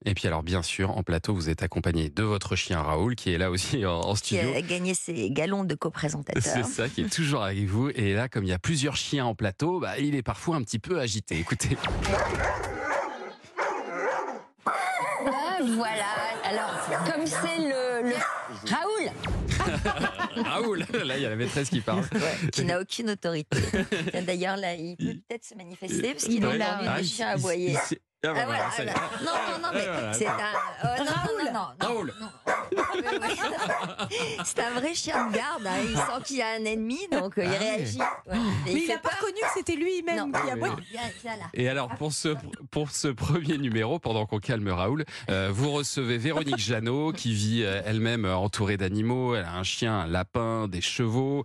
Et puis alors bien sûr, en plateau, vous êtes accompagné de votre chien Raoul, qui est là aussi en Qui studio. a gagné ses galons de C'est co-présentateur. ça, qui est toujours avec vous. Et là, comme il y a plusieurs chiens en plateau, il est parfois un petit peu agité. Écoutez. Ah, voilà. Alors, comme c'est le Raoul. Raoul, là, il y a la maîtresse qui parle. Qui n'a aucune autorité. D'ailleurs, là, il peut peut-être se manifester parce qu'il a Ouais. entendu des chiens aboyer. Ah, Ah, voilà, ça y est. Non, mais Voilà. c'est un. Non. Raoul. C'est un vrai chien de garde. Hein. Il sent qu'il y a un ennemi, donc il réagit. Ouais. Et Mais il fait n'a pas peur. reconnu que c'était lui-même Non. qui a Oui, boité. oui. Viens là. Et alors, pour ce premier numéro, pendant qu'on calme Raoul, vous recevez Véronique Jeannot, qui vit elle-même entourée d'animaux. Elle a un chien, un lapin, des chevaux.